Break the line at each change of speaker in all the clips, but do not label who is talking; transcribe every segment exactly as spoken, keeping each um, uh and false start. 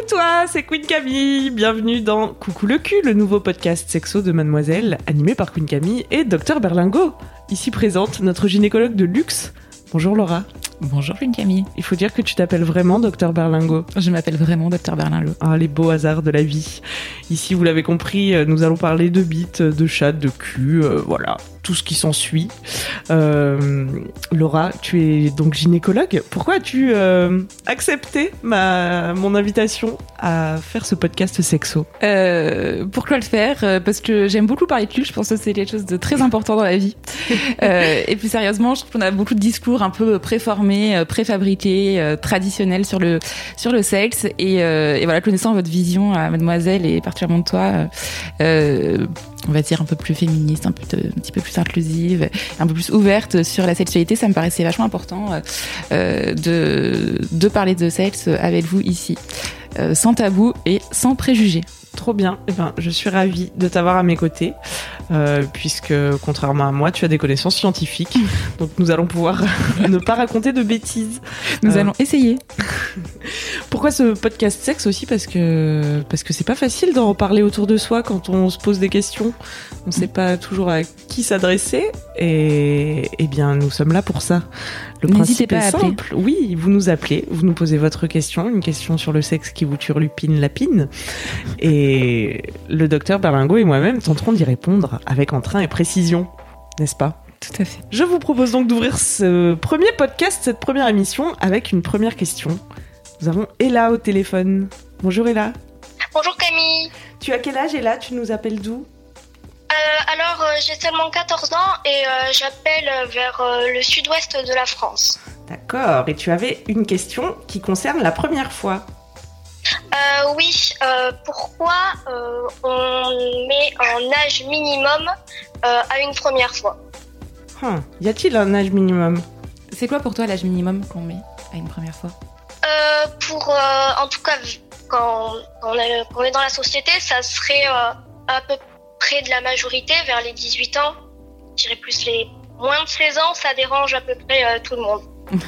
toi, c'est Queen Camille. Bienvenue dans Coucou le cul, le nouveau podcast sexo de Mademoiselle, animé par Queen Camille et Docteur Berlingot. Ici présente notre gynécologue de luxe. Bonjour Laura.
Bonjour Queen Camille.
Il faut dire que tu t'appelles vraiment Docteur Berlingot.
Je m'appelle vraiment Docteur Berlingot.
Ah, les beaux hasards de la vie. Ici, vous l'avez compris, nous allons parler de bites, de chatte, de cul, euh, voilà, tout ce qui s'ensuit. Euh, Laura, tu es donc gynécologue. Pourquoi as-tu euh, accepté ma, mon invitation à faire ce podcast sexo ?
euh, Pourquoi le faire ? Parce que j'aime beaucoup parler de cul, je pense que c'est quelque chose de très important dans la vie. euh, et plus sérieusement, je trouve qu'on a beaucoup de discours un peu préformés, préfabriqués, euh, traditionnels sur le, sur le sexe. Et, euh, et voilà, connaissant votre vision à Mademoiselle et particulièrement de toi, euh, on va dire un peu plus féministe, un, peu de, un petit peu plus inclusive, un peu plus ouverte sur la sexualité, ça me paraissait vachement important euh, de, de parler de sexe avec vous ici, euh, sans tabou et sans préjugés.
Trop bien. Eh ben, je suis ravie de t'avoir à mes côtés, euh, puisque contrairement à moi, tu as des connaissances scientifiques. Donc nous allons pouvoir ne pas raconter de bêtises.
Nous
euh...
allons essayer.
Pourquoi ce podcast sexe aussi ? Parce que parce que c'est pas facile d'en parler autour de soi quand on se pose des questions. On sait pas toujours à qui s'adresser. Et eh bien, nous sommes là pour ça. Le
N'hésitez
principe
pas
est
à
simple.
appeler.
Oui, vous nous appelez, vous nous posez votre question, une question sur le sexe qui vous turlupine la pine. Et le docteur Berlingot et moi-même tenterons d'y répondre avec entrain et précision, n'est-ce pas ?
Tout à fait.
Je vous propose donc d'ouvrir ce premier podcast, cette première émission, avec une première question. Nous avons Ella au téléphone. Bonjour Ella.
Bonjour Camille.
Tu as quel âge Ella ? Tu nous appelles d'où ?
Euh, alors, euh, j'ai seulement quatorze ans et euh, j'appelle vers euh, le sud-ouest de la France.
D'accord. Et tu avais une question qui concerne la première fois.
Euh, oui, euh, pourquoi euh, on met un âge minimum euh, à une première fois ?
Hum. Y a-t-il un âge minimum ?
C'est quoi pour toi l'âge minimum qu'on met à une première fois ?
euh, Pour, euh, en tout cas, quand on est, quand on est dans la société, ça serait euh, à peu près de la majorité, vers les dix-huit ans. Je dirais plus les moins de seize ans, ça dérange à peu près euh, tout le monde.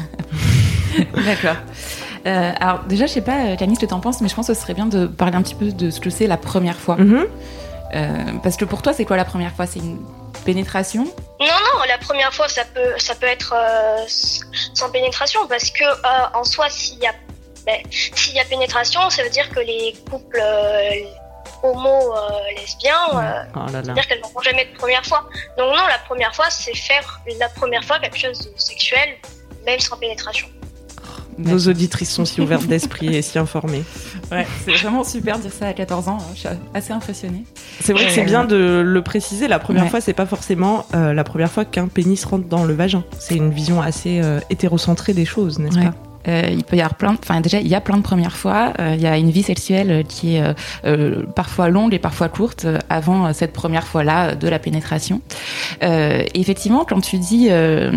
D'accord. Euh, alors déjà, je sais pas, Camille, ce que t'en penses, mais je pense que ce serait bien de parler un petit peu de ce que c'est la première fois.
Mm-hmm.
Euh, parce que pour toi, c'est quoi la première fois ? C'est une pénétration ?
Non, non, la première fois, ça peut, ça peut être euh, sans pénétration, parce que euh, en soi, s'il y a, ben, s'il y a pénétration, ça veut dire que les couples euh, homo euh, lesbiens, euh,
oh là là.
ça veut dire qu'elles n'auront jamais de première fois. Donc non, la première fois, c'est faire la première fois quelque chose de sexuel, même sans pénétration.
Nos auditrices sont si ouvertes d'esprit et si informées.
Ouais, c'est vraiment super de dire ça à quatorze ans. Je suis assez impressionnée.
C'est vrai que c'est bien de le préciser. La première ouais. fois, c'est pas forcément euh, la première fois qu'un pénis rentre dans le vagin. C'est une vision assez euh, hétérocentrée des choses, n'est-ce
ouais.
pas ?
Euh, il peut y avoir plein, enfin déjà il y a plein de premières fois. Euh, il y a une vie sexuelle qui est euh, euh, parfois longue et parfois courte euh, avant euh, cette première fois-là de la pénétration. Euh, effectivement, quand tu dis euh,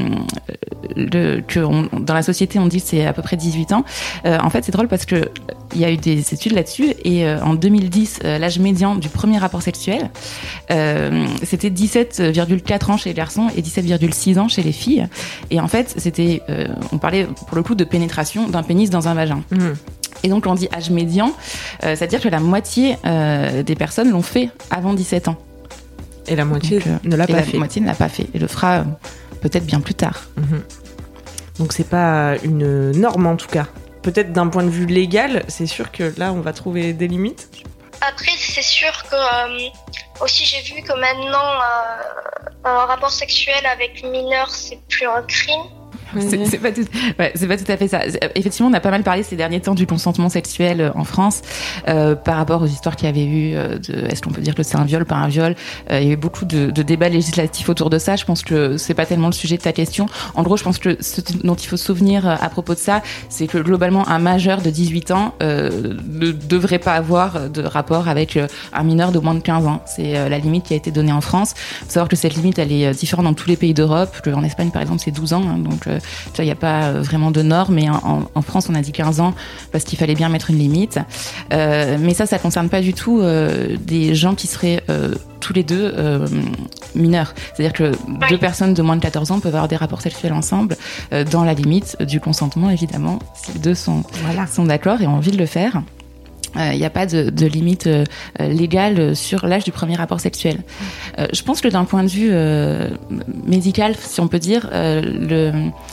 le, que on, dans la société on dit que c'est à peu près dix-huit ans, euh, en fait c'est drôle parce que il y a eu des études là-dessus et euh, en deux mille dix, euh, l'âge médian du premier rapport sexuel, euh, c'était dix-sept virgule quatre ans chez les garçons et dix-sept virgule six ans chez les filles. Et en fait, c'était, euh, on parlait pour le coup de pénétration d'un pénis dans un vagin. Mmh. Et donc, on dit âge médian, euh, c'est-à-dire que la moitié euh, des personnes l'ont fait avant dix-sept ans.
Et la moitié
donc, euh,
ne l'a
et
pas
la
fait.
La moitié ne l'a pas fait et le fera euh, peut-être bien plus tard.
Mmh. Donc, c'est pas une norme en tout cas. Peut-être d'un point de vue légal, c'est sûr que là, on va trouver des limites.
Après, c'est sûr que euh, aussi j'ai vu que maintenant, euh, un rapport sexuel avec mineur, c'est plus un crime.
C'est, c'est, pas tout, ouais, c'est pas tout à fait ça. Effectivement, on a pas mal parlé ces derniers temps du consentement sexuel en France euh, par rapport aux histoires qu'il y avait eu euh, de est-ce qu'on peut dire que c'est un viol, pas un viol. Euh, il y a eu beaucoup de, de débats législatifs autour de ça. Je pense que c'est pas tellement le sujet de ta question. En gros, je pense que ce dont il faut se souvenir à propos de ça, c'est que globalement, un majeur de dix-huit ans euh, ne devrait pas avoir de rapport avec un mineur de moins de quinze ans. C'est euh, la limite qui a été donnée en France. Il faut savoir que cette limite, elle est différente dans tous les pays d'Europe. En Espagne, par exemple, c'est douze ans. Hein, donc euh, il n'y a pas vraiment de normes, mais en, en France, on a dit quinze ans parce qu'il fallait bien mettre une limite. Euh, mais ça, ça ne concerne pas du tout euh, des gens qui seraient euh, tous les deux euh, mineurs. C'est-à-dire que oui. deux personnes de moins de quatorze ans peuvent avoir des rapports sexuels ensemble euh, dans la limite du consentement, évidemment, si les deux sont, voilà. sont d'accord et ont envie de le faire. Il euh, n'y a pas de, de limite euh, légale sur l'âge du premier rapport sexuel. Euh, je pense que d'un point de vue euh, médical, si on peut dire, euh, le,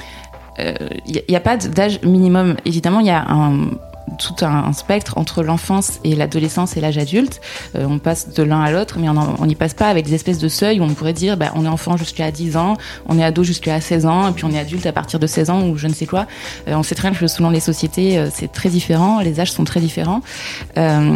il euh, n'y a, a pas d'âge minimum. Évidemment, il y a un tout un, un spectre entre l'enfance et l'adolescence et l'âge adulte. Euh, on passe de l'un à l'autre, mais on n'y passe pas avec des espèces de seuils où on pourrait dire bah, on est enfant jusqu'à dix ans, on est ado jusqu'à seize ans, et puis on est adulte à partir de seize ans ou je ne sais quoi. Euh, on sait très bien que selon les sociétés, euh, c'est très différent, les âges sont très différents. Euh,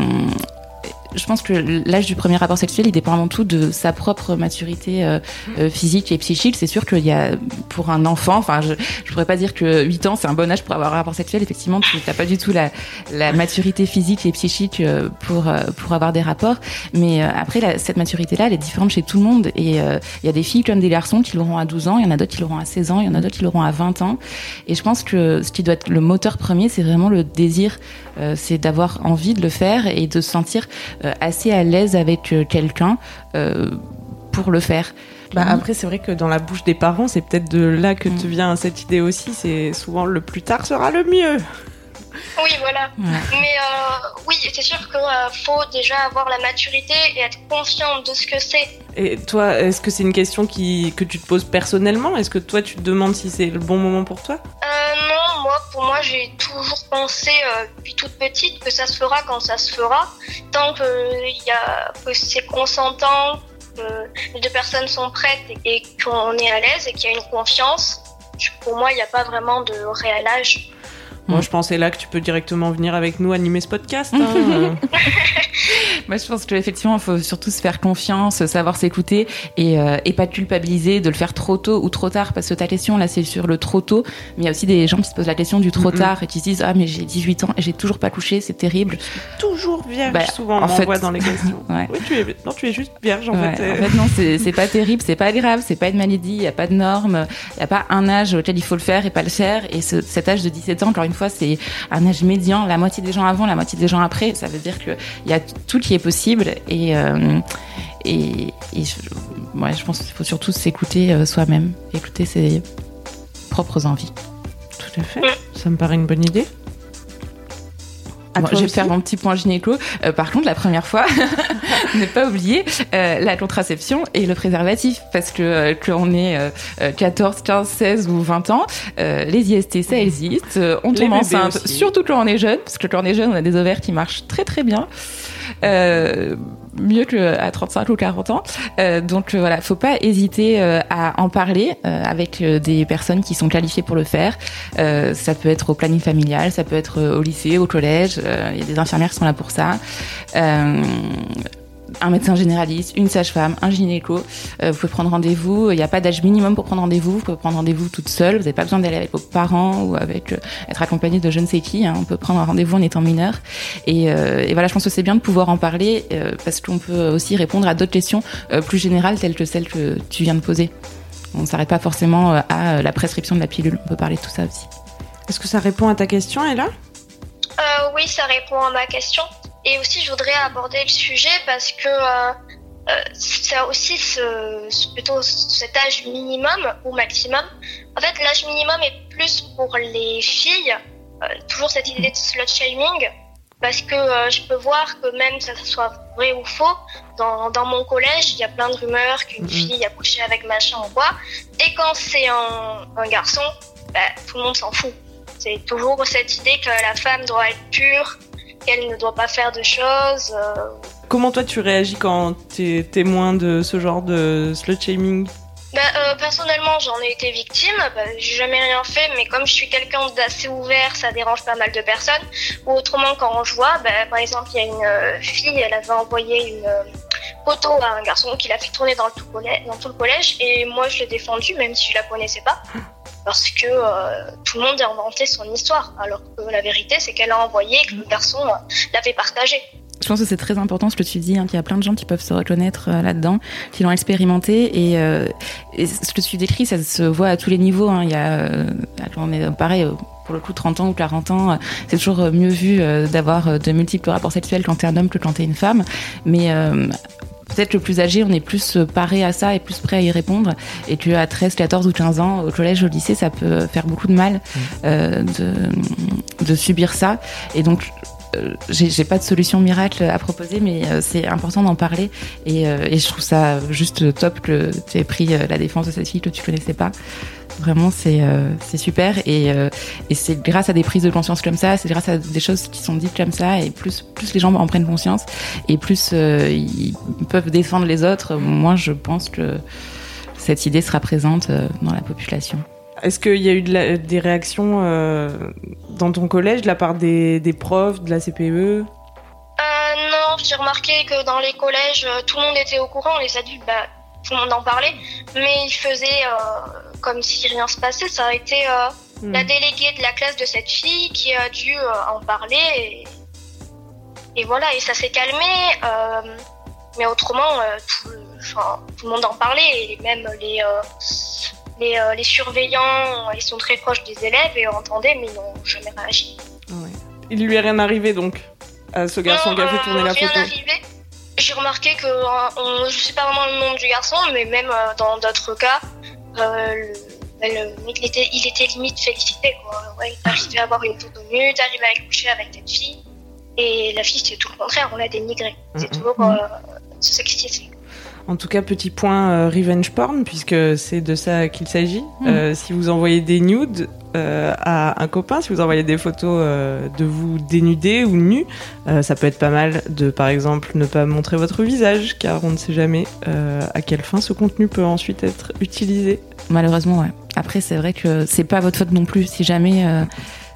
Je pense que l'âge du premier rapport sexuel, il dépend avant tout de sa propre maturité euh, euh, physique et psychique. C'est sûr qu'il y a, pour un enfant, enfin, je ne pourrais pas dire que huit ans, c'est un bon âge pour avoir un rapport sexuel. Effectivement, tu n'as pas du tout la, la maturité physique et psychique euh, pour, euh, pour avoir des rapports. Mais euh, après, la, cette maturité-là, elle est différente chez tout le monde. Et il euh, y a des filles comme des garçons qui l'auront à douze ans, il y en a d'autres qui l'auront à seize ans, il y en a d'autres qui l'auront à vingt ans. Et je pense que ce qui doit être le moteur premier, c'est vraiment le désir. Euh, c'est d'avoir envie de le faire et de se sentir euh, assez à l'aise avec euh, quelqu'un euh, pour le faire.
Bah après, c'est vrai que dans la bouche des parents, c'est peut-être de là que mmh. te vient cette idée aussi. C'est souvent le plus tard sera le mieux.
Oui, voilà. Ouais. Mais euh, oui, c'est sûr qu'il euh, faut déjà avoir la maturité et être confiante de ce que c'est.
Et toi, est-ce que c'est une question qui, que tu te poses personnellement ? Est-ce que toi, tu te demandes si c'est le bon moment pour toi ?
euh, Non, moi, pour moi, j'ai toujours pensé, euh, depuis toute petite, que ça se fera quand ça se fera. Tant que, y a, que c'est consentant, que les deux personnes sont prêtes et, et qu'on est à l'aise et qu'il y a une confiance, pour moi, il n'y a pas vraiment de réel âge.
Moi, je pensais là que tu peux directement venir avec nous animer ce podcast. Hein.
Moi, je pense qu'effectivement, il faut surtout se faire confiance, savoir s'écouter et, euh, et pas culpabiliser de le faire trop tôt ou trop tard. Parce que ta question, là, c'est sur le trop tôt. Mais il y a aussi des gens qui se posent la question du trop mm-hmm. tard et qui se disent « Ah, mais j'ai dix-huit ans et j'ai toujours pas couché, c'est terrible. »
Je suis toujours vierge, bah, souvent, on m'envoie fait... dans les questions. Ouais. Oui, tu es... Non, tu es juste vierge, en ouais, fait.
En fait, non, c'est, c'est pas terrible, c'est pas grave, c'est pas une maladie, il n'y a pas de normes, il n'y a pas un âge auquel il faut le faire et pas le faire. Et ce, cet âge de dix-sept ans, encore une fois, c'est un âge médian, la moitié des gens avant, la moitié des gens après. Ça veut dire qu'il y a tout qui est possible et, euh, et, et je, ouais, je pense qu'il faut surtout s'écouter euh, soi-même, écouter ses propres envies.
Tout à fait, ça me paraît une bonne idée.
Bon, je vais faire mon petit point gynéco. Euh, par contre, la première fois, ne pas oublier euh, la contraception et le préservatif. Parce que euh, qu'on ait euh, quatorze, quinze, seize ou vingt ans, euh, les I S T, ça existe. Euh, on tombe enceinte, aussi. Surtout quand on est jeune. Parce que quand on est jeune, on a des ovaires qui marchent très très bien. Euh, mieux qu'à trente-cinq ou quarante ans. Euh, donc euh, voilà, faut pas hésiter euh, à en parler euh, avec euh, des personnes qui sont qualifiées pour le faire. Euh, ça peut être au planning familial, ça peut être au lycée, au collège. Il euh, y a des infirmières qui sont là pour ça. Euh, un médecin généraliste, une sage-femme, un gynéco. Euh, vous pouvez prendre rendez-vous. Il n'y a pas d'âge minimum pour prendre rendez-vous. Vous pouvez prendre rendez-vous toute seule. Vous n'avez pas besoin d'aller avec vos parents ou avec euh, être accompagné de je ne sais qui. Hein. On peut prendre un rendez-vous en étant mineur. Et, euh, et voilà, je pense que c'est bien de pouvoir en parler euh, parce qu'on peut aussi répondre à d'autres questions euh, plus générales telles que celles que tu viens de poser. On ne s'arrête pas forcément euh, à la prescription de la pilule. On peut parler de tout ça aussi.
Est-ce que ça répond à ta question, Ella ?
euh, Oui, ça répond à ma question. Et aussi, je voudrais aborder le sujet parce que euh, euh, c'est aussi ce, ce, plutôt cet âge minimum ou maximum. En fait, l'âge minimum est plus pour les filles. Euh, toujours cette idée de slut shaming. Parce que euh, je peux voir que même ça soit vrai ou faux, dans, dans mon collège, il y a plein de rumeurs qu'une mmh. fille a couché avec machin ou quoi. Et quand c'est un, un garçon, bah, tout le monde s'en fout. C'est toujours cette idée que la femme doit être pure, qu'elle ne doit pas faire de choses. Euh...
Comment toi tu réagis quand t'es témoin de ce genre de slut-shaming ?
Bah, euh, personnellement, j'en ai été victime. Bah, j'ai jamais rien fait, mais comme je suis quelqu'un d'assez ouvert, ça dérange pas mal de personnes. Ou autrement, quand je vois, bah, par exemple, il y a une euh, fille, elle avait envoyé une euh, photo à un garçon qui l'a fait tourner dans, le tout collège, dans tout le collège, et moi je l'ai défendu, même si je la connaissais pas. Parce que euh, tout le monde a inventé son histoire, alors que la vérité, c'est qu'elle a envoyé et que le garçon euh, l'avait partagé.
Je pense que c'est très important ce que tu dis, hein, qu'il y a plein de gens qui peuvent se reconnaître euh, là-dedans, qui l'ont expérimenté. Et, euh, et ce que tu décris, ça se voit à tous les niveaux. Hein. Il y a, euh, on est pareil, euh, pour le coup, trente ans ou quarante ans, euh, c'est toujours mieux vu euh, d'avoir de multiples rapports sexuels quand t'es un homme que quand t'es une femme. Mais... Euh, peut-être le plus âgé, on est plus paré à ça et plus prêt à y répondre. Et qu'à treize, quatorze ou quinze ans, au collège, au lycée, ça peut faire beaucoup de mal euh, de, de subir ça. Et donc, j'ai, j'ai pas de solution miracle à proposer, mais euh, c'est important d'en parler. Et, euh, et je trouve ça juste top que tu aies pris euh, la défense de cette fille que tu connaissais pas. Vraiment, c'est, euh, c'est super. Et, euh, et c'est grâce à des prises de conscience comme ça, c'est grâce à des choses qui sont dites comme ça, et plus, plus les gens en prennent conscience, et plus euh, ils peuvent défendre les autres, moi je pense que cette idée sera présente euh, dans la population.
Est-ce qu'il y a eu de la, des réactions euh, dans ton collège de la part des, des profs, de la C P E ?
Euh, non, j'ai remarqué que dans les collèges, tout le monde était au courant, les adultes, bah, tout le monde en parlait, mais ils faisaient euh, comme si rien se passait. Ça a été euh, mmh. la déléguée de la classe de cette fille qui a dû euh, en parler, et, et voilà, et ça s'est calmé. Euh, mais autrement, euh, tout, enfin, tout le monde en parlait, et même les... Euh, Les, euh, les surveillants, ils sont très proches des élèves et entendaient, mais ils n'ont jamais réagi.
Ouais. Il lui est rien arrivé donc à ce garçon
non,
qui a fait tourner
euh,
la
rien
photo.
Arrivé. J'ai remarqué que, on, je sais pas vraiment le nom du garçon, mais même euh, dans d'autres cas, euh, le, le, il, était, il était limite félicité, quoi. Ouais, il arrivait à avoir une photo nue, t'arrivais à coucher avec cette fille, et la fille c'est tout le contraire, on l'a dénigrée. Mm-hmm. C'est toujours euh, ce qui s'est fait.
En tout cas, petit point euh, revenge porn, puisque c'est de ça qu'il s'agit. Mmh. Euh, si vous envoyez des nudes euh, à un copain, si vous envoyez des photos euh, de vous dénudés ou nus, euh, ça peut être pas mal de, par exemple, ne pas montrer votre visage, car on ne sait jamais euh, à quelle fin ce contenu peut ensuite être utilisé.
Malheureusement, ouais. Après, c'est vrai que c'est pas votre faute non plus. Si jamais... Euh...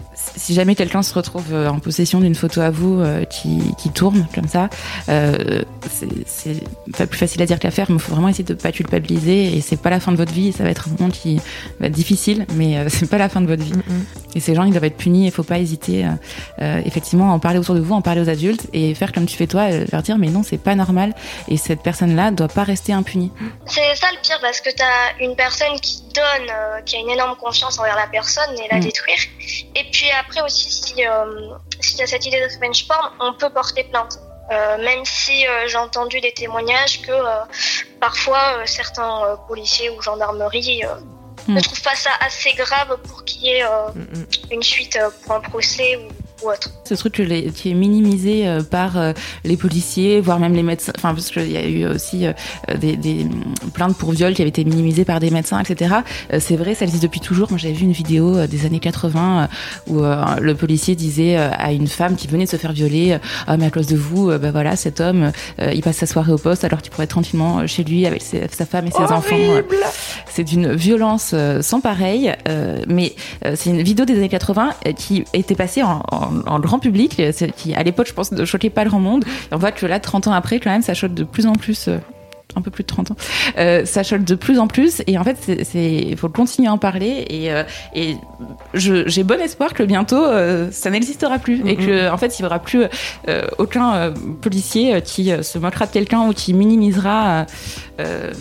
Si jamais quelqu'un se retrouve en possession d'une photo à vous euh, qui, qui tourne comme ça, euh, c'est, c'est pas plus facile à dire qu'à faire, mais il faut vraiment essayer de ne pas culpabiliser, et c'est pas la fin de votre vie, ça va être un moment qui va être difficile, mais euh, c'est pas la fin de votre vie. Mm-hmm. Et ces gens, ils doivent être punis, il faut pas hésiter euh, euh, effectivement à en parler autour de vous, en parler aux adultes, et faire comme tu fais toi, euh, leur dire mais non, c'est pas normal, et cette personne-là doit pas rester impunie.
C'est ça le pire, parce que t'as une personne qui donne, euh, qui a une énorme confiance envers la personne, et la mm. détruire. Et puis après aussi, si euh, si t'as cette idée de revenge porn, on peut porter plainte. Euh, même si euh, j'ai entendu des témoignages que euh, parfois euh, certains euh, policiers ou gendarmeries euh, mm. ne trouvent pas ça assez grave pour qu'il y ait euh, mm. une suite euh, pour un procès ou ou autre.
Ce truc qui est minimisé euh, par euh, les policiers, voire même les médecins, enfin parce qu'il y a eu aussi euh, des, des plaintes pour viol qui avaient été minimisées par des médecins, et cetera. Euh, c'est vrai, ça existe depuis toujours. Moi, j'avais vu une vidéo euh, des années quatre-vingts euh, où euh, le policier disait euh, à une femme qui venait de se faire violer, euh, ah mais à cause de vous, euh, bah voilà, cet homme, euh, il passe sa soirée au poste alors qu'il pourrait être tranquillement chez lui avec ses, sa femme et ses
Horrible.
enfants. C'est d'une violence euh, sans pareil. Euh, mais euh, c'est une vidéo des années quatre-vingts euh, qui était passée en, en en grand public, qui à l'époque je pense ne choquait pas le grand monde, et on voit que là trente ans après quand même ça choque de plus en plus, euh, un peu plus de trente ans, euh, ça choque de plus en plus, et en fait c'est, c'est, il faut continuer à en parler, et, euh, et je, j'ai bon espoir que bientôt euh, ça n'existera plus, mm-hmm. et que en fait il n'y aura plus euh, aucun euh, policier qui euh, se moquera de quelqu'un ou qui minimisera euh,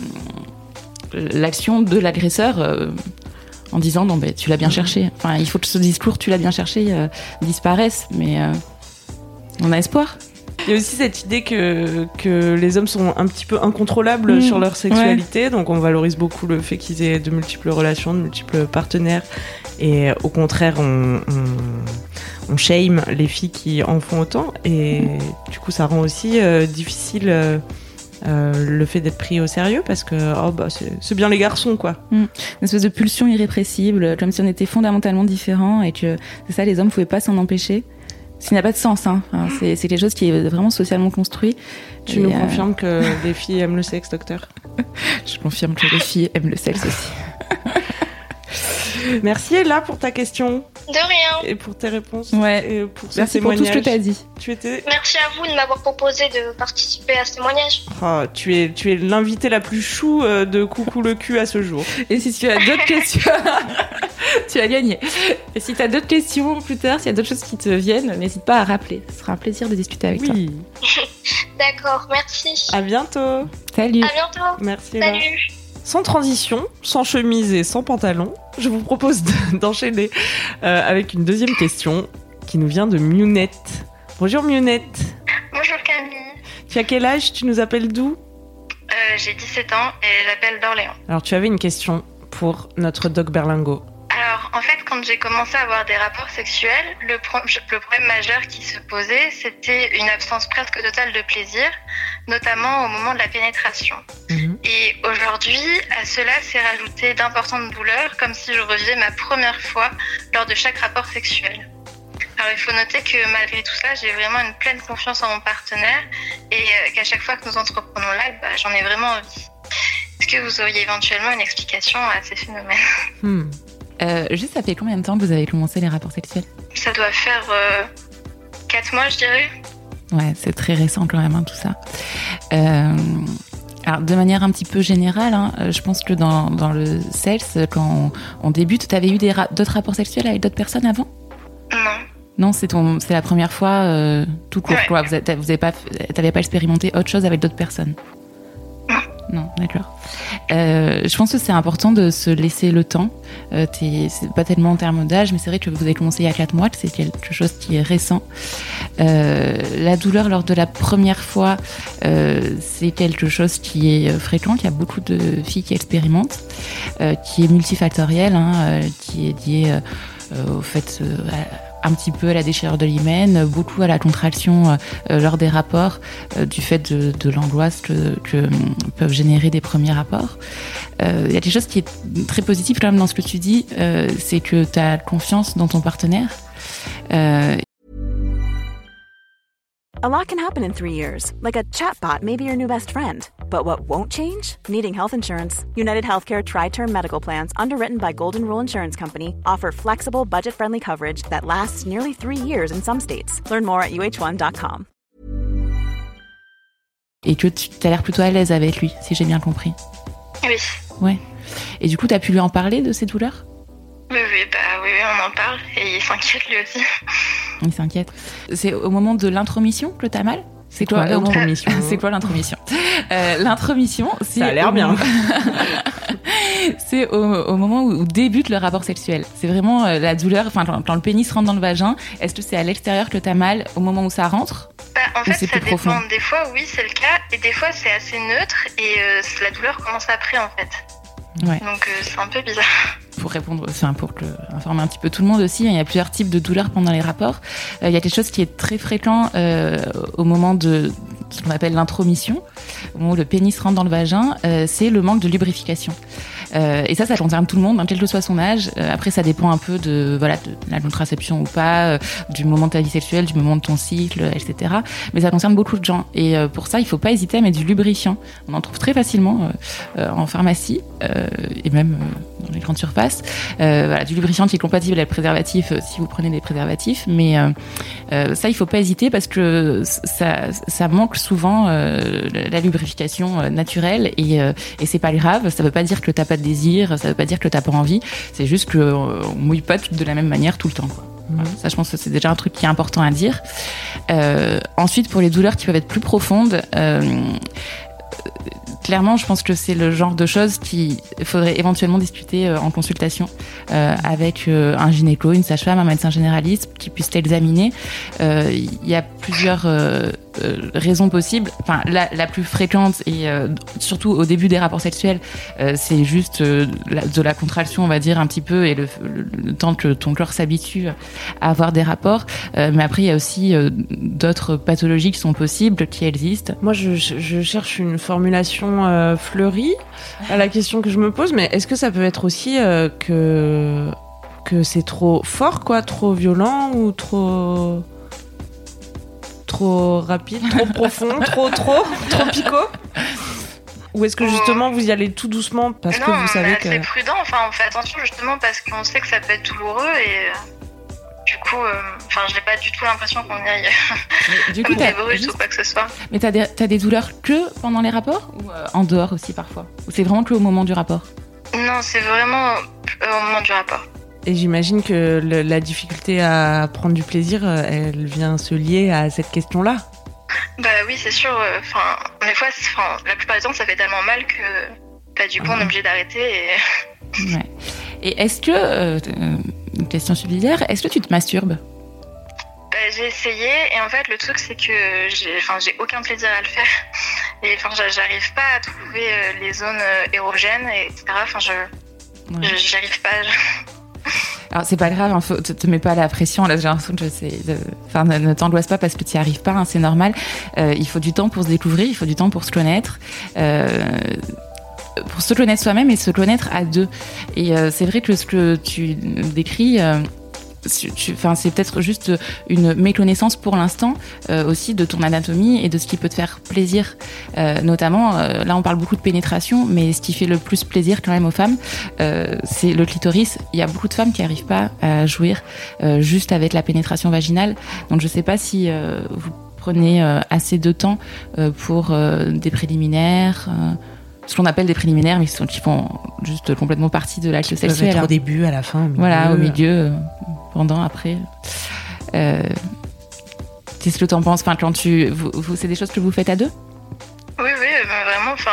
l'action de l'agresseur euh, en disant non ben tu l'as bien cherché. Enfin, il faut que ce discours tu l'as bien cherché euh, disparaisse, mais euh, on a espoir.
Il y a aussi cette idée que, que les hommes sont un petit peu incontrôlables mmh, sur leur sexualité, ouais. Donc on valorise beaucoup le fait qu'ils aient de multiples relations, de multiples partenaires, et au contraire on, on, on shame les filles qui en font autant, et mmh. du coup ça rend aussi euh, difficile euh, Euh, le fait d'être pris au sérieux, parce que oh bah c'est, c'est bien les garçons quoi.
Mmh. Une espèce de pulsion irrépressible, comme si on était fondamentalement différents, et que c'est ça, les hommes pouvaient pas s'en empêcher. Ce qui n'a pas de sens, hein. Enfin, c'est, c'est quelque chose qui est vraiment socialement construit.
Tu
et
nous
euh...
confirmes que les filles aiment le sexe, docteur?
Je confirme que les filles aiment le sexe aussi.
Merci Ella pour ta question.
De rien.
Et pour tes réponses.
Ouais.
Et pour ce
Merci
témoignage.
pour tout ce que tu as dit.
Tu étais...
Merci à vous de m'avoir proposé de participer à ce témoignage.
Oh, tu es, tu es l'invitée la plus chou de Coucou le cul à ce jour.
Et si tu as d'autres questions, tu as gagné. Et si tu as d'autres questions plus tard, s'il y a d'autres choses qui te viennent, n'hésite pas à rappeler. Ce sera un plaisir de discuter avec
oui.
toi.
D'accord, merci.
À bientôt.
Salut.
À bientôt.
Merci Ella.
Salut.
Sans transition, sans chemise et sans pantalon, je vous propose de, d'enchaîner euh, avec une deuxième question qui nous vient de Miounette. Bonjour Miounette.
Bonjour Camille.
Tu as quel âge? Tu nous appelles d'où?
euh, J'ai dix-sept ans et j'appelle d'Orléans.
Alors tu avais une question pour notre Doc Berlingot.
Alors, en fait, quand j'ai commencé à avoir des rapports sexuels, le, pro- le problème majeur qui se posait, c'était une absence presque totale de plaisir, notamment au moment de la pénétration. Mmh. Et aujourd'hui, à cela s'est rajouté d'importantes douleurs, comme si je revivais ma première fois lors de chaque rapport sexuel. Alors, il faut noter que malgré tout ça, j'ai vraiment une pleine confiance en mon partenaire et euh, qu'à chaque fois que nous entreprenons l'acte, bah, j'en ai vraiment envie. Est-ce que vous auriez éventuellement une explication à ces phénomènes ?
mmh. euh, Juste, ça fait combien de temps que vous avez commencé les rapports sexuels ?
Ça doit faire euh, quatre mois, je dirais.
Ouais, c'est très récent quand même, hein, tout ça. Euh, alors, de manière un petit peu générale, hein, je pense que dans, dans le sales, quand on, on débute, tu avais eu des ra- d'autres rapports sexuels avec d'autres personnes avant ?
Non.
Non, c'est, ton, c'est la première fois euh, tout court, ouais. Quoi. Vous n'avez pas, pas expérimenté autre chose avec d'autres personnes ?
Non.
Non, d'accord. Euh, je pense que c'est important de se laisser le temps. Euh, c'est pas tellement en termes d'âge, mais c'est vrai que vous avez commencé il y a quatre mois, que c'est quelque chose qui est récent. Euh, la douleur lors de la première fois, euh, c'est quelque chose qui est fréquent, qu'il y a beaucoup de filles qui expérimentent, euh, qui est multifactoriel, hein, euh, qui est lié euh, au fait... Euh, à, un petit peu à la déchirure de l'hymen, beaucoup à la contraction euh, lors des rapports, euh, du fait de, de l'angoisse que, que euh, peuvent générer des premiers rapports. Il euh, y a quelque chose qui est très positif quand même dans ce que tu dis, euh, c'est que tu as confiance dans ton partenaire. Euh...
A lot can happen in three years, like a chatbot may be your new best friend. But what won't change? Needing health insurance. United Healthcare Tri-Term Medical Plans, underwritten by Golden Rule Insurance Company, offer flexible, budget-friendly coverage that lasts nearly three years in some states. Learn more at U H one dot com.
Et que tu as l'air plutôt à l'aise avec lui, si j'ai bien compris.
Oui.
Ouais. Et du coup, tu as pu lui en parler de ces douleurs ?
Oui, oui, bah oui, oui, on en parle et il s'inquiète lui aussi.
Il s'inquiète. C'est au moment de l'intromission que t'as mal ?
C'est quoi, quoi l'intromission ?
C'est quoi l'intromission ? euh, L'intromission, c'est...
Ça a l'air bien.
C'est au, au moment où, où débute le rapport sexuel. C'est vraiment euh, la douleur, enfin quand, quand le pénis rentre dans le vagin, est-ce que c'est à l'extérieur que t'as mal au moment où ça rentre ?
Bah, en fait,
c'est
ça
plus
dépend.
profond ?
Des fois, oui, c'est le cas, et des fois, c'est assez neutre, et euh, la douleur commence après, en fait.
Ouais.
Donc, euh, c'est un peu bizarre.
Pour répondre, enfin pour que, informer un petit peu tout le monde aussi, il y a plusieurs types de douleurs pendant les rapports. Euh, il y a quelque chose qui est très fréquent euh, au moment de ce qu'on appelle l'intromission, au moment où le pénis rentre dans le vagin, euh, c'est le manque de lubrification. Euh, et ça, ça concerne tout le monde, hein, quel que soit son âge. Euh, après, ça dépend un peu de, voilà, de la contraception ou pas, euh, du moment de ta vie sexuelle, du moment de ton cycle, et cetera. Mais ça concerne beaucoup de gens. Et euh, pour ça, il faut pas hésiter à mettre du lubrifiant. On en trouve très facilement euh, euh, en pharmacie euh, et même euh, dans les grandes surfaces. Euh, voilà, du lubrifiant qui est compatible avec le préservatif euh, si vous prenez des préservatifs. Mais euh, euh, ça, il faut pas hésiter parce que ça, ça manque souvent euh, la lubrification euh, naturelle et, euh, et c'est pas grave. Ça veut pas dire que t'as pas de désir, ça veut pas dire que t'as pas envie. C'est juste qu'on euh, mouille pas de la même manière tout le temps, quoi. Voilà, ça, je pense que c'est déjà un truc qui est important à dire. Euh, ensuite, pour les douleurs qui peuvent être plus profondes, euh, clairement, je pense que c'est le genre de choses qu'il faudrait éventuellement discuter euh, en consultation euh, avec euh, un gynéco, une sage-femme, un médecin généraliste qui puisse l'examiner. Il euh, y a plusieurs euh, euh, raisons possibles. Enfin, la, la plus fréquente et euh, surtout au début des rapports sexuels, euh, c'est juste euh, la, de la contraction, on va dire un petit peu, et le, le, le temps que ton corps s'habitue à avoir des rapports. Euh, mais après, il y a aussi euh, d'autres pathologies qui sont possibles, qui existent.
Moi, je, je cherche une formulation euh, fleurie à la question que je me pose, mais est-ce que ça peut être aussi euh, que que c'est trop fort, quoi, trop violent ou trop trop rapide, trop profond, trop trop trop picot? Ou est-ce que justement vous y allez tout doucement parce
non,
que vous savez que
c'est prudent. Enfin, on fait attention justement parce qu'on sait que ça peut être douloureux et du coup, enfin, euh, j'ai pas du tout l'impression qu'on y aille. Mais, du coup, t'as juste... ou pas que ce soit.
Mais t'as des, t'as des douleurs que pendant les rapports ou euh, en dehors aussi parfois? Ou c'est vraiment que au moment du rapport?
Non, c'est vraiment au moment du rapport.
Et j'imagine que le, la difficulté à prendre du plaisir, elle vient se lier à cette question-là.
Bah oui, c'est sûr. Enfin, des fois, la plupart du temps, ça fait tellement mal que bah, du coup, mmh. on est obligé d'arrêter. Et...
Ouais. Et est-ce que, euh, une question subsidiaire, est-ce que tu te masturbes?
Bah, j'ai essayé et en fait, le truc, c'est que j'ai, enfin, j'ai aucun plaisir à le faire. Et enfin, j'arrive pas à trouver les zones érogènes, et cetera. Enfin, je, ouais. je j'y arrive pas. Je...
Alors c'est pas grave, hein, faut, te, te mets pas la pression. Là, j'ai l'impression que je sais. Enfin, ne, ne t'angoisse pas parce que tu n'y arrives pas. Hein, c'est normal. Euh, il faut du temps pour se découvrir, il faut du temps pour se connaître. Euh, pour se connaître soi-même et se connaître à deux. Et euh, c'est vrai que ce que tu décris. Euh, Tu, enfin, c'est peut-être juste une méconnaissance pour l'instant euh, aussi de ton anatomie et de ce qui peut te faire plaisir. Euh, notamment, euh, là on parle beaucoup de pénétration, mais ce qui fait le plus plaisir quand même aux femmes, euh, c'est le clitoris. Il y a beaucoup de femmes qui n'arrivent pas à jouir euh, juste avec la pénétration vaginale. Donc je sais pas si euh, vous prenez euh, assez de temps euh, pour euh, des préliminaires. Euh, ce qu'on appelle des préliminaires, mais qui font juste complètement partie de l'acte sexuel.
Au début, à la fin, au milieu.
Voilà, au milieu, pendant, après. Euh, qu'est-ce que tu en penses? Enfin, quand tu, vous, vous, c'est des choses que vous faites à deux?
Oui, oui, vraiment. Enfin,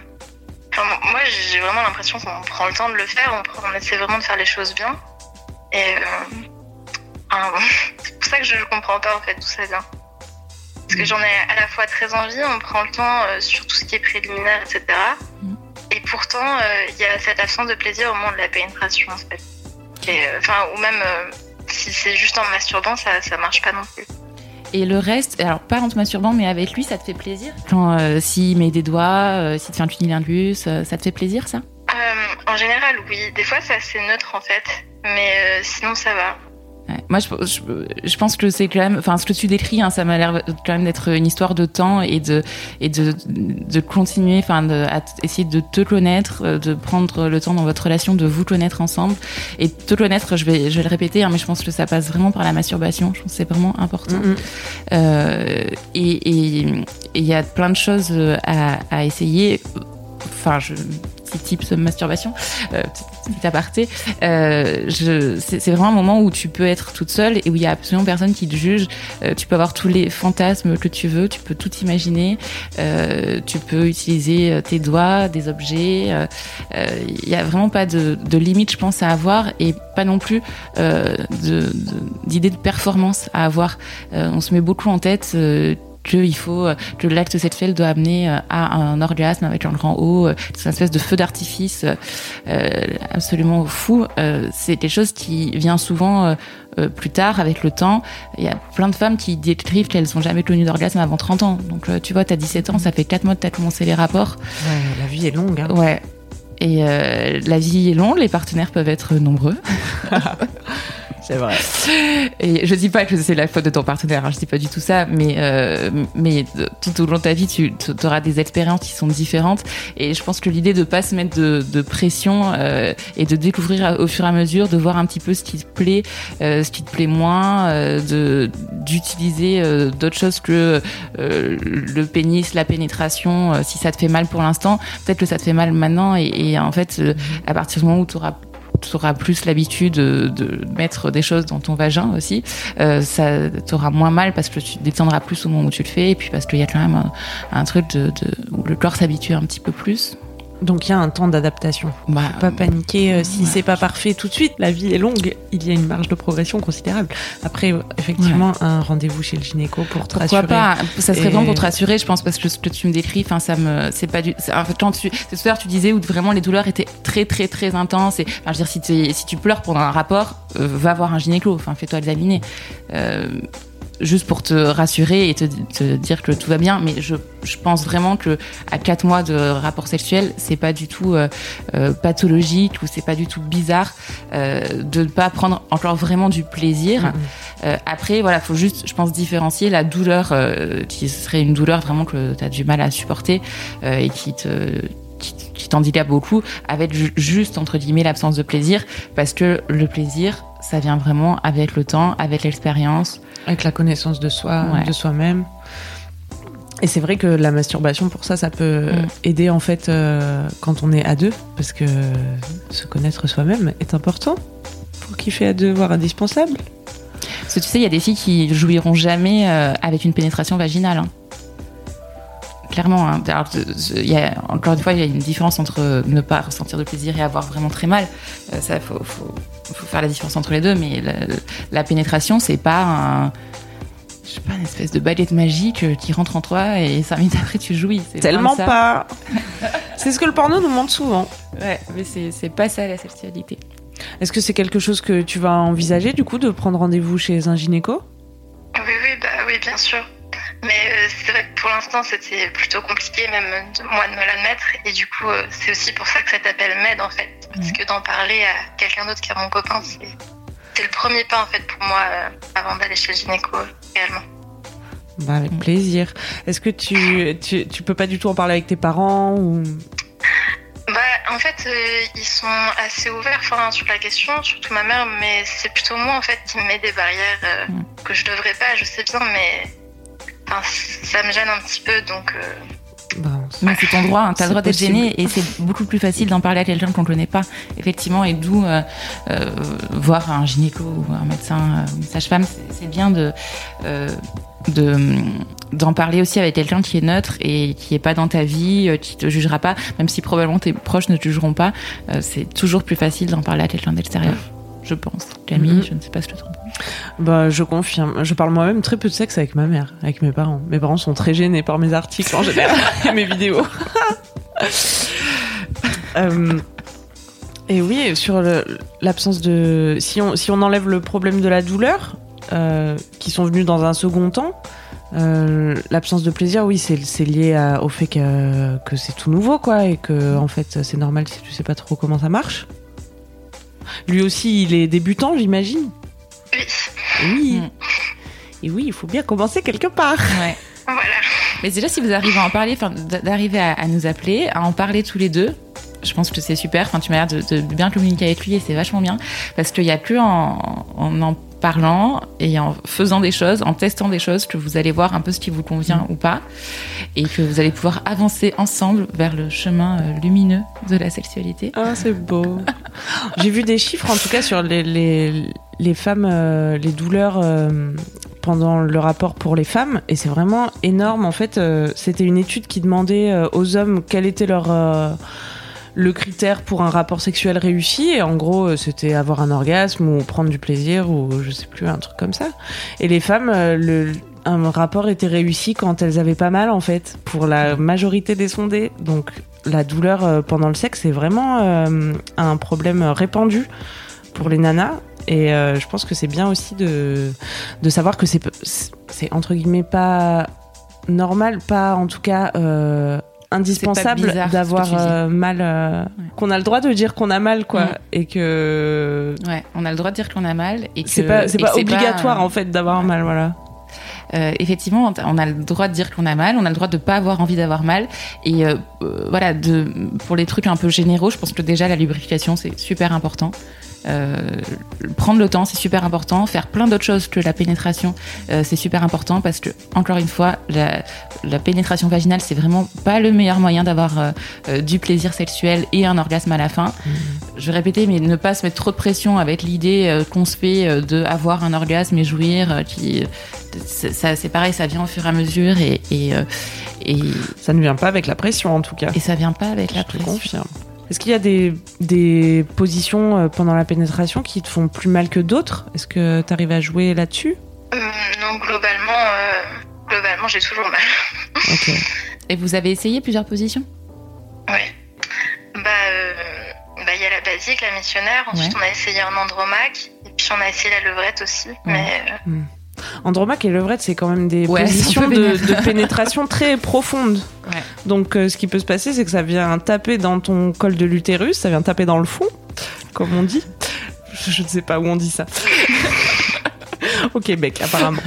euh, enfin, moi, j'ai vraiment l'impression qu'on prend le temps de le faire. On, prend, on essaie vraiment de faire les choses bien. Et euh, enfin, c'est pour ça que je ne comprends pas en fait d'où ça vient. Parce que j'en ai à la fois très envie, on prend le temps euh, sur tout ce qui est préliminaire, et cetera. Mmh. Et pourtant, il euh, y a cette absence de plaisir au moment de la pénétration, en fait. Enfin, euh, ou même euh, si c'est juste en masturbant, ça, ça marche pas non plus.
Et le reste, alors pas en te masturbant, mais avec lui, ça te fait plaisir? Quand euh, s'il met des doigts, euh, s'il te fait un cunilingus, euh, ça te fait plaisir, ça?
euh, En général, oui. Des fois, c'est assez neutre, en fait. Mais euh, sinon, ça va.
Ouais. Moi, je, je, je pense que c'est quand même, enfin, ce que tu décris, hein, ça m'a l'air quand même d'être une histoire de temps et de et de de continuer, enfin, de à essayer de te connaître, de prendre le temps dans votre relation de vous connaître ensemble et de te connaître. Je vais je vais le répéter, hein, mais je pense que ça passe vraiment par la masturbation. Je pense que c'est vraiment important. Mm-hmm. Euh, et et il y a plein de choses à à essayer. Enfin, je petit tips masturbation, euh, petit aparté. Euh, je, c'est, c'est vraiment un moment où tu peux être toute seule et où il y a absolument personne qui te juge. Euh, tu peux avoir tous les fantasmes que tu veux, tu peux tout imaginer. Euh, tu peux utiliser tes doigts, des objets. Il euh, euh, y a vraiment pas de, de limite, je pense, à avoir et pas non plus euh, de, de, d'idée de performance à avoir. Euh, on se met beaucoup en tête. Euh, qu'il faut, que l'acte sexuel doit amener à un orgasme avec un grand O, c'est une espèce de feu d'artifice euh, absolument fou. Euh, c'est quelque chose qui vient souvent euh, plus tard, avec le temps. Il y a plein de femmes qui décrivent qu'elles n'ont jamais connu d'orgasme avant trente ans. Donc tu vois, t'as dix-sept ans, ça fait quatre mois que t'as commencé les rapports.
Ouais, la vie est longue. Hein.
Ouais. Et euh, la vie est longue, les partenaires peuvent être nombreux.
C'est vrai.
Et je dis pas que c'est la faute de ton partenaire, hein, je dis pas du tout ça, mais euh, mais tout au long de ta vie, tu auras des expériences qui sont différentes. Et je pense que l'idée de pas se mettre de, de pression euh, et de découvrir au fur et à mesure, de voir un petit peu ce qui te plaît, euh, ce qui te plaît moins, euh, de d'utiliser euh, d'autres choses que euh, le pénis, la pénétration. Euh, si ça te fait mal pour l'instant, peut-être que ça te fait mal maintenant. Et, et en fait, euh, à partir du moment où tu auras tu auras plus l'habitude de, de mettre des choses dans ton vagin aussi, euh, ça t'aura moins mal parce que tu te détendras plus au moment où tu le fais et puis parce qu'il y a quand même un, un truc de, de, où le corps s'habitue un petit peu plus.
Donc il y a un temps d'adaptation. Bah, faut pas paniquer euh, si ouais. c'est pas parfait tout de suite. La vie est longue. Il y a une marge de progression considérable. Après, effectivement, ouais. un rendez-vous chez le gynéco pour te
Pourquoi
rassurer.
Pas ça serait et... vraiment pour te rassurer, je pense, parce que ce que tu me décris, enfin, ça me, c'est pas du. C'est, en fait, quand tu, c'est tout à l'heure, tu disais où vraiment les douleurs étaient très, très, très intenses. Et, enfin, je veux dire, si tu, si tu pleures pendant un rapport, euh, va voir un gynéco. Enfin, fais-toi examiner. Euh, juste pour te rassurer et te, te dire que tout va bien, mais je, je pense vraiment que à quatre mois de rapport sexuel, c'est pas du tout euh, euh, pathologique ou c'est pas du tout bizarre euh, de ne pas prendre encore vraiment du plaisir. Mmh. Euh, après, voilà, faut juste, je pense, différencier la douleur euh, qui serait une douleur vraiment que t'as du mal à supporter euh, et qui te qui, qui t'handicape beaucoup, avec ju- juste entre guillemets l'absence de plaisir, parce que le plaisir, ça vient vraiment avec le temps, avec l'expérience.
Avec la connaissance de soi, ouais. de soi-même. Et c'est vrai que la masturbation, pour ça, ça peut mmh. aider en fait euh, quand on est à deux, parce que se connaître soi-même est important pour kiffer à deux, voire indispensable.
Parce que tu sais, il y a des filles qui jouiront jamais euh, avec une pénétration vaginale. Hein. Clairement, hein. Alors, y a, encore une fois, il y a une différence entre ne pas ressentir de plaisir et avoir vraiment très mal. Euh, ça, faut, faut, faut faire la différence entre les deux. Mais la, la pénétration, c'est pas un, je sais pas, une espèce de baguette magique qui rentre en toi et cinq minutes après tu jouis. C'est
tellement pas. C'est ce que le porno nous montre souvent.
Ouais, mais c'est, c'est pas ça la sexualité.
Est-ce que c'est quelque chose que tu vas envisager, du coup, de prendre rendez-vous chez un gynéco ?
Oui, oui, bah oui, bien sûr. Mais euh, c'est vrai que pour l'instant, c'était plutôt compliqué, même de moi, de me l'admettre. Et du coup, euh, c'est aussi pour ça que cet appel m'aide, en fait. Parce que d'en parler à quelqu'un d'autre qu'à mon copain, c'est, c'est le premier pas, en fait, pour moi, euh, avant d'aller chez le gynéco, euh, réellement.
Bah, avec plaisir. Est-ce que tu, tu, tu peux pas du tout en parler avec tes parents ou...
Bah, en fait, euh, ils sont assez ouverts enfin, sur la question, surtout ma mère, mais c'est plutôt moi, en fait, qui me met des barrières euh, mm. que je devrais pas, je sais bien, mais enfin, ça me gêne un petit peu, donc... Euh...
Bah, mais c'est ton droit, hein. T'as le droit d'être gêné et c'est beaucoup plus facile d'en parler à quelqu'un qu'on ne connaît pas, effectivement, et d'où euh, euh, voir un gynéco ou un médecin ou euh, une sage-femme, c'est, c'est bien de... Euh, de d'en parler aussi avec quelqu'un qui est neutre et qui est pas dans ta vie, qui te jugera pas, même si probablement tes proches ne te jugeront pas, euh, c'est toujours plus facile d'en parler à quelqu'un d'extérieur, je pense. Camille, mm-hmm. je ne sais pas si tu te trompes.
Bah, je confirme. Je parle moi-même très peu de sexe avec ma mère, avec mes parents. Mes parents sont très gênés par mes articles en général et mes vidéos. euh, et oui, sur le, l'absence de... Si on, si on enlève le problème de la douleur, euh, qui sont venus dans un second temps, Euh, l'absence de plaisir, oui, c'est, c'est lié à, au fait que, que c'est tout nouveau, quoi, et que en fait, c'est normal si tu sais pas trop comment ça marche. Lui aussi, il est débutant, j'imagine.
Oui.
Oui.
Mm.
Et oui, il faut bien commencer quelque part.
Ouais.
Voilà.
Mais déjà, si vous arrivez à en parler, enfin, d'arriver à, à nous appeler, à en parler tous les deux, je pense que c'est super. Enfin, tu m'as l'air de, de bien communiquer avec lui et c'est vachement bien, parce qu'il y a plus en en, en parlant et en faisant des choses, en testant des choses, que vous allez voir un peu ce qui vous convient mmh. ou pas, et que vous allez pouvoir avancer ensemble vers le chemin euh, lumineux de la sexualité.
Ah, c'est beau. J'ai vu des chiffres, en tout cas, sur les, les, les femmes, euh, les douleurs euh, pendant le rapport pour les femmes, et c'est vraiment énorme. En fait, euh, c'était une étude qui demandait euh, aux hommes quel était leur... Euh, le critère pour un rapport sexuel réussi, et en gros c'était avoir un orgasme ou prendre du plaisir ou je sais plus, un truc comme ça. Et les femmes, le, un rapport était réussi quand elles avaient pas mal, en fait, pour la majorité des sondés. Donc la douleur pendant le sexe c'est vraiment euh, un problème répandu pour les nanas, et euh, je pense que c'est bien aussi de, de savoir que c'est, c'est entre guillemets pas normal, pas en tout cas euh, indispensable d'avoir euh, mal, euh, ouais. qu'on a le droit de dire qu'on a mal, quoi, mmh. et que
ouais, on a le droit de dire qu'on a mal et que
c'est pas, c'est pas
c'est
obligatoire
pas, euh...
en fait d'avoir mal, voilà.
Euh, effectivement, on a le droit de dire qu'on a mal, on a le droit de pas avoir envie d'avoir mal, et euh, euh, voilà, de, pour les trucs un peu généraux, je pense que déjà la lubrification c'est super important. Euh, prendre le temps, c'est super important. Faire plein d'autres choses que la pénétration, euh, c'est super important, parce que, encore une fois, la, la pénétration vaginale, c'est vraiment pas le meilleur moyen d'avoir euh, euh, du plaisir sexuel et un orgasme à la fin. Mmh. Je vais répéter, mais ne pas se mettre trop de pression avec l'idée euh, qu'on se fait euh, d'avoir un orgasme et jouir. Euh, qui, c'est, ça, c'est pareil, ça vient au fur et à mesure, et, et, euh, et
ça ne vient pas avec la pression, en tout cas.
Et ça vient pas avec la
Je te
pression.
confirme. Est-ce qu'il y a des, des positions pendant la pénétration qui te font plus mal que d'autres ? Est-ce que tu arrives à jouer là-dessus ?
euh, Non, globalement, euh, globalement, j'ai toujours mal.
Ok.
Et vous avez essayé plusieurs positions ?
Oui. Bah, euh, bah, y a la basique, la missionnaire. Ensuite, ouais. on a essayé un andromaque. Et puis, on a essayé la levrette aussi. Ouais. Mais... Euh...
Mmh. Andromaque et levrette, c'est quand même des
ouais,
positions de, de pénétration très profondes.
Ouais.
Donc, euh, ce qui peut se passer, c'est que ça vient taper dans ton col de l'utérus, ça vient taper dans le fond, comme on dit. Je ne sais pas où on dit ça. Au Québec, apparemment.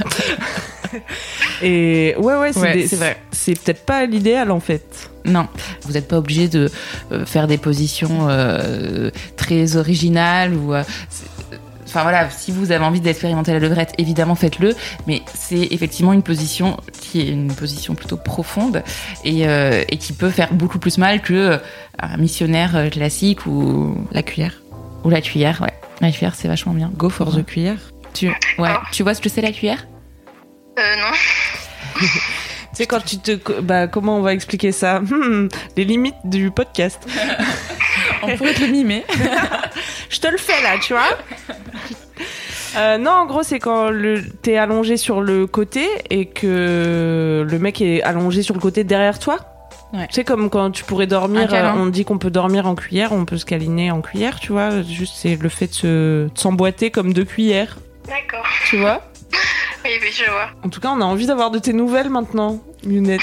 Et ouais, ouais, c'est,
ouais,
des,
c'est vrai.
C'est peut-être pas l'idéal, en fait.
Non, vous n'êtes pas obligé de euh, faire des positions euh, très originales ou. Euh, Enfin voilà, si vous avez envie d'expérimenter la levrette, évidemment faites-le, mais c'est effectivement une position qui est une position plutôt profonde et, euh, et qui peut faire beaucoup plus mal que un missionnaire classique ou
la cuillère.
Ou la cuillère, ouais. La cuillère, c'est vachement bien.
Go for the cuillère.
Tu, ouais. Oh. Tu vois ce que c'est la cuillère ?
Euh, non.
Tu sais, quand tu te... Bah, comment on va expliquer ça ? hmm, Les limites du podcast.
On pourrait te le mimer.
Je te le fais là, tu vois. Euh, non, en gros, c'est quand le, t'es allongé sur le côté et que le mec est allongé sur le côté derrière toi. Ouais. Tu sais, comme quand tu pourrais dormir, euh, on dit qu'on peut dormir en cuillère, on peut se câliner en cuillère, tu vois. Juste, c'est le fait de, se, de s'emboîter comme deux cuillères.
D'accord.
Tu vois?
Oui, oui, je vois.
En tout cas, on a envie d'avoir de tes nouvelles maintenant, Lunette.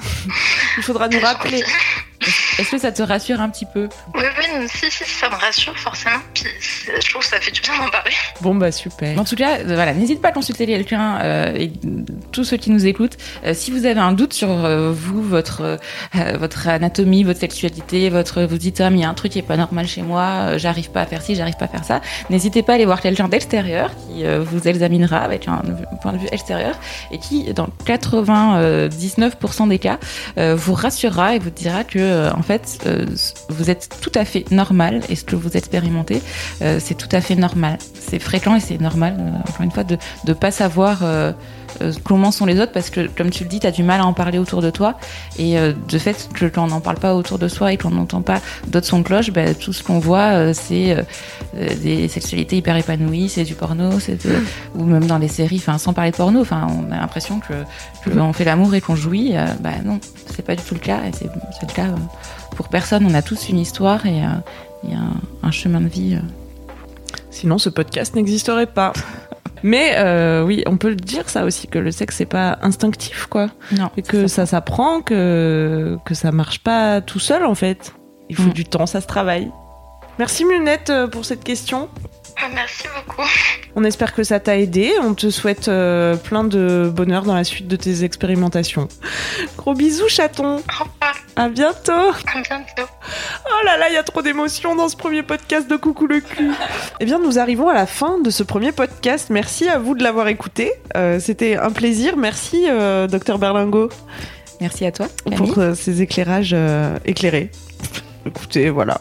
Il faudra nous rappeler.
Est-ce que ça te rassure un petit peu?
Oui, oui, si, si, ça me rassure forcément. Puis je trouve que ça fait du bien d'en parler.
Bon, bah super.
En tout cas, euh, voilà, n'hésite pas à consulter quelqu'un euh, et tous ceux qui nous écoutent. Euh, si vous avez un doute sur euh, vous, votre, euh, votre anatomie, votre sexualité, votre, vous dites, ah, mais il y a un truc qui est pas normal chez moi, euh, j'arrive pas à faire ci, j'arrive pas à faire ça, n'hésitez pas à aller voir quelqu'un d'extérieur qui euh, vous examinera avec un point de vue extérieur et qui, dans quatre-vingt-dix-neuf pour cent des cas, euh, vous rassurera et vous dira que, euh, en fait, euh, vous êtes tout à fait normal et ce que vous expérimentez, euh, c'est tout à fait normal. C'est fréquent et c'est normal, euh, encore une fois, de ne pas savoir euh, euh, comment sont les autres parce que, comme tu le dis, tu as du mal à en parler autour de toi et euh, de fait que quand on n'en parle pas autour de soi et qu'on n'entend pas d'autres sons de cloche, bah, tout ce qu'on voit, euh, c'est euh, des sexualités hyper épanouies, c'est du porno, c'est de, mmh. ou même dans les séries, sans parler de porno, on a l'impression que, que mmh. on fait l'amour et qu'on jouit. Euh, bah, non, c'est pas du tout le cas et c'est, c'est le cas euh, pour personne. On a tous une histoire et, euh, et un, un chemin de vie. Euh.
Sinon, ce podcast n'existerait pas. Mais euh, oui, on peut le dire ça aussi, que le sexe, c'est pas instinctif, quoi.
Non.
Et que ça, ça s'apprend, que, que ça marche pas tout seul, en fait. Il faut mmh. du temps, ça se travaille. Merci, Lunette, pour cette question.
Merci beaucoup.
On espère que ça t'a aidé. On te souhaite euh, plein de bonheur dans la suite de tes expérimentations. Gros bisous, chaton.
Au revoir.
À bientôt.
À bientôt.
Oh là là, il y a trop d'émotions dans ce premier podcast de Coucou le cul. Eh bien, nous arrivons à la fin de ce premier podcast. Merci à vous de l'avoir écouté. Euh, c'était un plaisir. Merci, euh, docteur Berlingot.
Merci à toi, Camille.
Pour euh, ces éclairages euh, éclairés. Écoutez, voilà.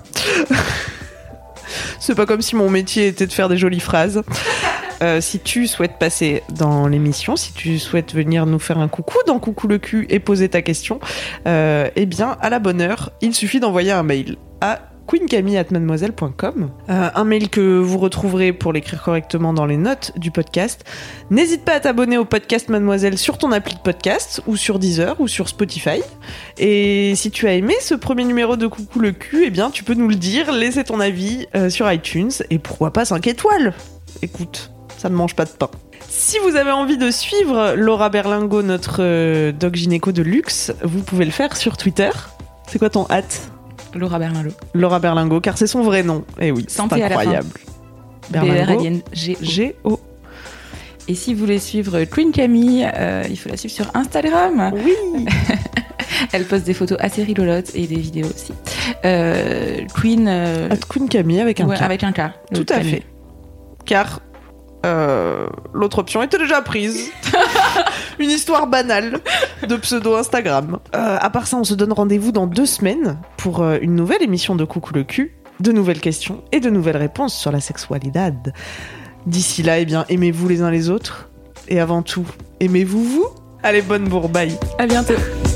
C'est pas comme si mon métier était de faire des jolies phrases. Euh, si tu souhaites passer dans l'émission, si tu souhaites venir nous faire un coucou dans Coucou le cul et poser ta question, euh, eh bien, à la bonne heure, il suffit d'envoyer un mail à queen camille arobase mademoiselle point com. Euh, un mail que vous retrouverez pour l'écrire correctement dans les notes du podcast. N'hésite pas à t'abonner au podcast Mademoiselle sur ton appli de podcast ou sur Deezer ou sur Spotify. Et si tu as aimé ce premier numéro de Coucou le cul, eh bien tu peux nous le dire, laisser ton avis euh, sur iTunes et pourquoi pas cinq étoiles. Écoute, ça ne mange pas de pain. Si vous avez envie de suivre Laura Berlingot, notre euh, doc gynéco de luxe, vous pouvez le faire sur Twitter. C'est quoi ton hâte ?
Laura Berlingot.
Laura Berlingot, car c'est son vrai nom. Eh oui,
Santé
c'est incroyable.
Berlingot.
G O.
Et si vous voulez suivre Queen Camille, euh, il faut la suivre sur Instagram.
Oui.
Elle poste des photos assez rigolotes et des vidéos aussi. Euh, Queen. Euh...
Queen Camille avec un
ouais,
K.
Avec un K.
Tout à Camille. fait. Car euh, l'autre option était déjà prise. Une histoire banale de pseudo Instagram. Euh, à part ça, on se donne rendez-vous dans deux semaines pour euh, une nouvelle émission de Coucou le cul, de nouvelles questions et de nouvelles réponses sur la sexualité. D'ici là, eh bien, aimez-vous les uns les autres et avant tout, aimez-vous vous. Allez, bonne bourre, bye.
À bientôt.